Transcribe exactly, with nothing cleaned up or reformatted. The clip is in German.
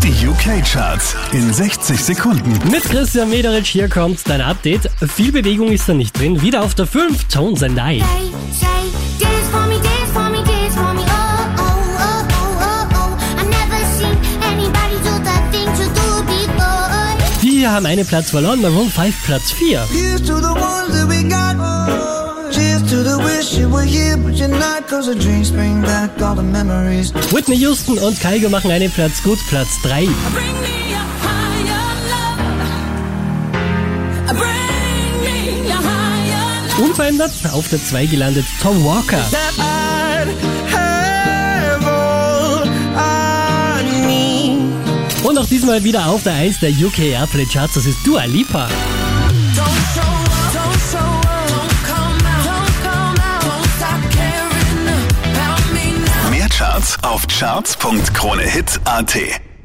Die U K-Charts in sechzig Sekunden. Mit Christian Mederitsch, hier kommt dein Update. Viel Bewegung ist da nicht drin. Wieder auf der fünf, Tones and I. Die hier haben einen Platz verloren, Maroon fünf Platz vier. Whitney Houston und Kygo machen einen Platz gut, Platz drei. Unverändert auf der zwei gelandet Tom Walker. Und auch diesmal wieder auf der eins der U K Airplay Charts, das ist Dua Lipa. Mehr Charts auf charts punkt kronehit punkt at.